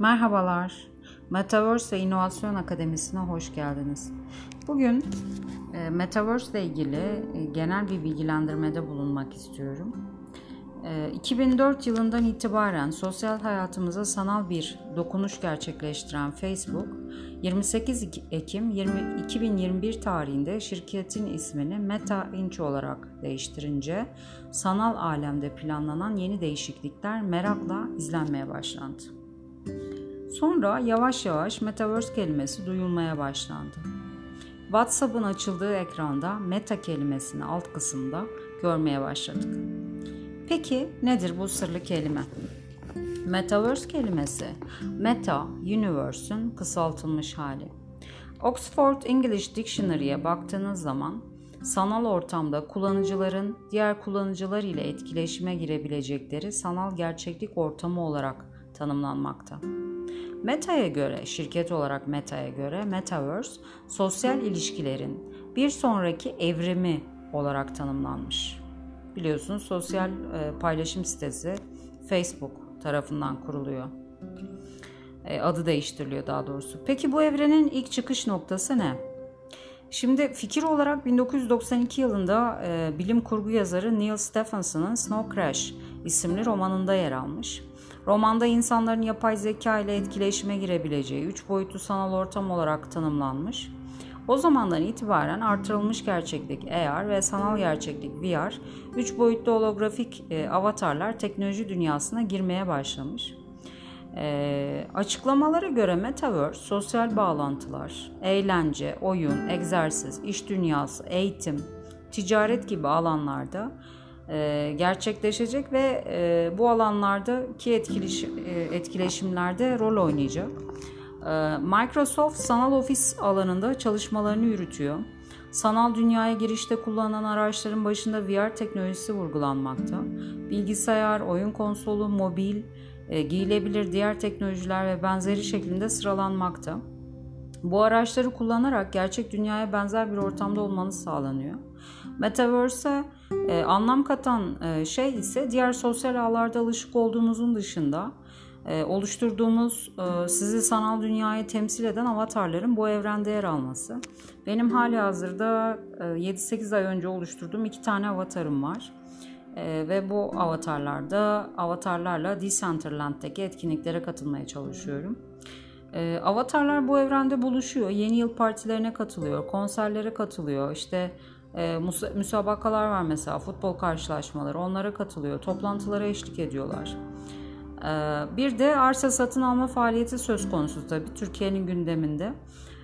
Merhabalar, Metaverse ve İnovasyon Akademisi'ne hoş geldiniz. Bugün Metaverse ile ilgili genel bir bilgilendirmede bulunmak istiyorum. 2004 yılından itibaren sosyal hayatımıza sanal bir dokunuş gerçekleştiren Facebook, 28 Ekim 2021 tarihinde şirketin ismini Meta Inc. olarak değiştirince sanal alemde planlanan yeni değişiklikler merakla izlenmeye başlandı. Sonra yavaş yavaş Metaverse kelimesi duyulmaya başlandı. WhatsApp'ın açıldığı ekranda Meta kelimesini alt kısımda görmeye başladık. Peki nedir bu sırlı kelime? Metaverse kelimesi, Meta, Universe'ün kısaltılmış hali. Oxford English Dictionary'e baktığınız zaman sanal ortamda kullanıcıların diğer kullanıcılar ile etkileşime girebilecekleri sanal gerçeklik ortamı olarak tanımlanmakta. Meta'ya göre, şirket olarak Meta'ya göre Metaverse, sosyal ilişkilerin bir sonraki evrimi olarak tanımlanmış. Biliyorsunuz sosyal paylaşım sitesi Facebook tarafından kuruluyor. Adı değiştiriliyor daha doğrusu. Peki bu evrenin ilk çıkış noktası ne? Şimdi fikir olarak 1992 yılında bilim kurgu yazarı Neil Stephenson'ın Snow Crash isimli romanında yer almış. Romanda insanların yapay zeka ile etkileşime girebileceği 3 boyutlu sanal ortam olarak tanımlanmış. O zamandan itibaren artırılmış gerçeklik AR ve sanal gerçeklik VR, 3 boyutlu holografik avatarlar teknoloji dünyasına girmeye başlamış. Açıklamalara göre Metaverse, sosyal bağlantılar, eğlence, oyun, egzersiz, iş dünyası, eğitim, ticaret gibi alanlarda gerçekleşecek ve bu alanlardaki etkileşimlerde rol oynayacak. Microsoft sanal ofis alanında çalışmalarını yürütüyor. Sanal dünyaya girişte kullanılan araçların başında VR teknolojisi vurgulanmakta. Bilgisayar, oyun konsolu, mobil, giyilebilir diğer teknolojiler ve benzeri şeklinde sıralanmakta. Bu araçları kullanarak gerçek dünyaya benzer bir ortamda olmanız sağlanıyor. Metaverse'e anlam katan şey ise diğer sosyal ağlarda alışık olduğumuzun dışında oluşturduğumuz sizi sanal dünyayı temsil eden avatarların bu evrende yer alması. Benim halihazırda 7-8 ay önce oluşturduğum 2 tane avatarım var. Ve bu avatarlarla Decentraland'daki etkinliklere katılmaya çalışıyorum. Avatarlar bu evrende buluşuyor, yeni yıl partilerine katılıyor, konserlere katılıyor, işte müsabakalar var mesela, futbol karşılaşmaları, onlara katılıyor, toplantılara eşlik ediyorlar. Bir de arsa satın alma faaliyeti söz konusu tabii Türkiye'nin gündeminde.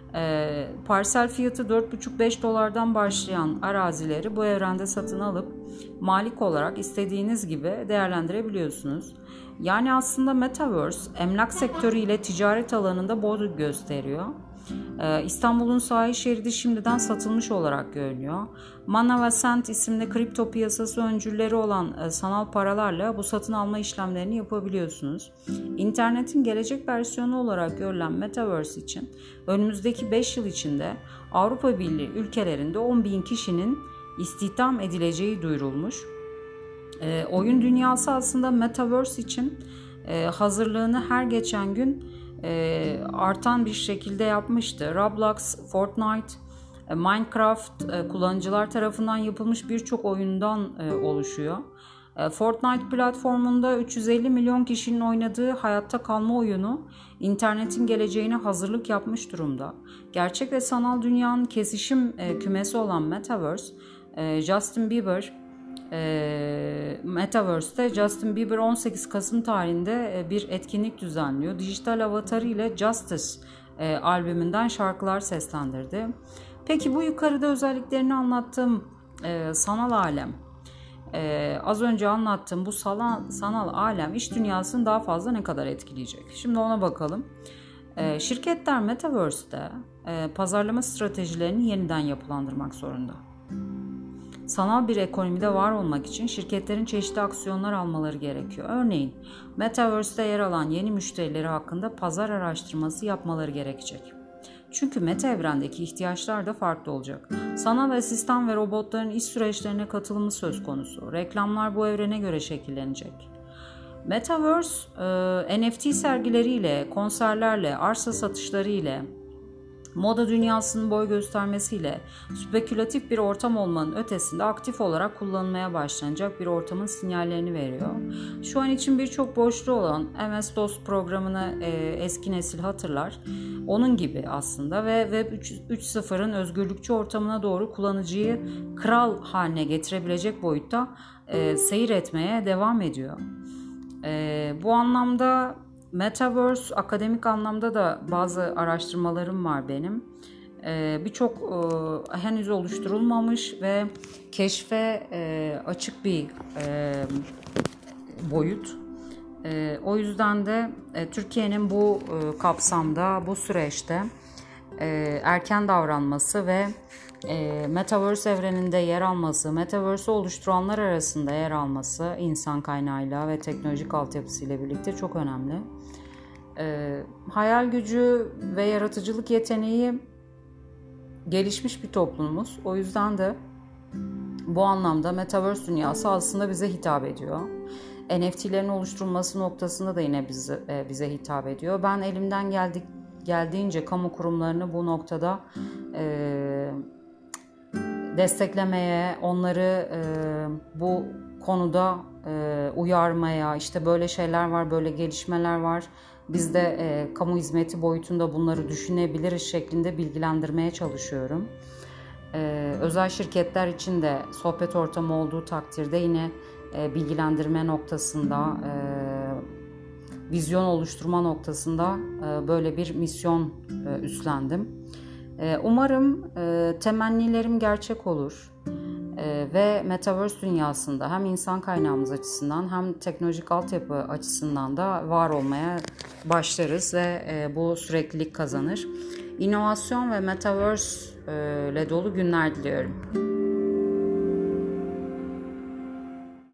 Parsel fiyatı 4,5-5 dolardan başlayan arazileri bu evrende satın alıp malik olarak istediğiniz gibi değerlendirebiliyorsunuz. Yani aslında Metaverse emlak sektörü ile ticaret alanında boy gösteriyor. İstanbul'un sahil şeridi şimdiden satılmış olarak görünüyor. Mana ve Cent isimli kripto piyasası öncülleri olan sanal paralarla bu satın alma işlemlerini yapabiliyorsunuz. İnternetin gelecek versiyonu olarak görülen Metaverse için önümüzdeki 5 yıl içinde Avrupa Birliği ülkelerinde 10.000 kişinin istihdam edileceği duyurulmuş. Oyun dünyası aslında Metaverse için hazırlığını her geçen gün artan bir şekilde yapmıştı. Roblox, Fortnite, Minecraft kullanıcılar tarafından yapılmış birçok oyundan oluşuyor. Fortnite platformunda 350 milyon kişinin oynadığı hayatta kalma oyunu internetin geleceğine hazırlık yapmış durumda. Gerçek ve sanal dünyanın kesişim kümesi olan Metaverse, Metaverse'te Justin Bieber 18 Kasım tarihinde bir etkinlik düzenliyor. Dijital avatarı ile Justice albümünden şarkılar seslendirdi. Peki bu yukarıda özelliklerini anlattığım sanal alem, az önce anlattığım bu sanal alem iş dünyasını daha fazla ne kadar etkileyecek? Şimdi ona bakalım. Şirketler Metaverse'te pazarlama stratejilerini yeniden yapılandırmak zorunda. Sanal bir ekonomide var olmak için şirketlerin çeşitli aksiyonlar almaları gerekiyor. Örneğin Metaverse'te yer alan yeni müşterileri hakkında pazar araştırması yapmaları gerekecek. Çünkü meta evrendeki ihtiyaçlar da farklı olacak. Sanal asistan ve robotların iş süreçlerine katılımı söz konusu. Reklamlar bu evrene göre şekillenecek. Metaverse, NFT sergileriyle, konserlerle, arsa satışlarıyla, moda dünyasının boy göstermesiyle spekülatif bir ortam olmanın ötesinde aktif olarak kullanılmaya başlanacak bir ortamın sinyallerini veriyor. Şu an için birçok boşluğu olan MS-DOS programını eski nesil hatırlar. Onun gibi aslında ve Web 3.0'ın özgürlükçü ortamına doğru kullanıcıyı kral haline getirebilecek boyutta seyir etmeye devam ediyor. Bu anlamda Metaverse, akademik anlamda da bazı araştırmalarım var benim. Birçok henüz oluşturulmamış ve keşfe açık bir boyut. O yüzden de Türkiye'nin bu kapsamda, bu süreçte erken davranması ve Metaverse evreninde yer alması, Metaverse'ü oluşturanlar arasında yer alması insan kaynağıyla ve teknolojik altyapısıyla birlikte çok önemli. Hayal gücü ve yaratıcılık yeteneği gelişmiş bir toplumumuz. O yüzden de bu anlamda Metaverse dünyası aslında bize hitap ediyor. NFT'lerin oluşturulması noktasında da yine bize hitap ediyor. Ben elimden geldiğince kamu kurumlarını bu noktada desteklemeye, onları bu konuda uyarmaya, işte böyle şeyler var, böyle gelişmeler var. Biz de kamu hizmeti boyutunda bunları düşünebiliriz şeklinde bilgilendirmeye çalışıyorum. Özel şirketler için de sohbet ortamı olduğu takdirde yine bilgilendirme noktasında, vizyon oluşturma noktasında böyle bir misyon üstlendim. Umarım temennilerim gerçek olur ve Metaverse dünyasında hem insan kaynağımız açısından hem teknolojik altyapı açısından da var olmaya başlarız ve bu süreklilik kazanır. İnovasyon ve Metaverse ile dolu günler diliyorum.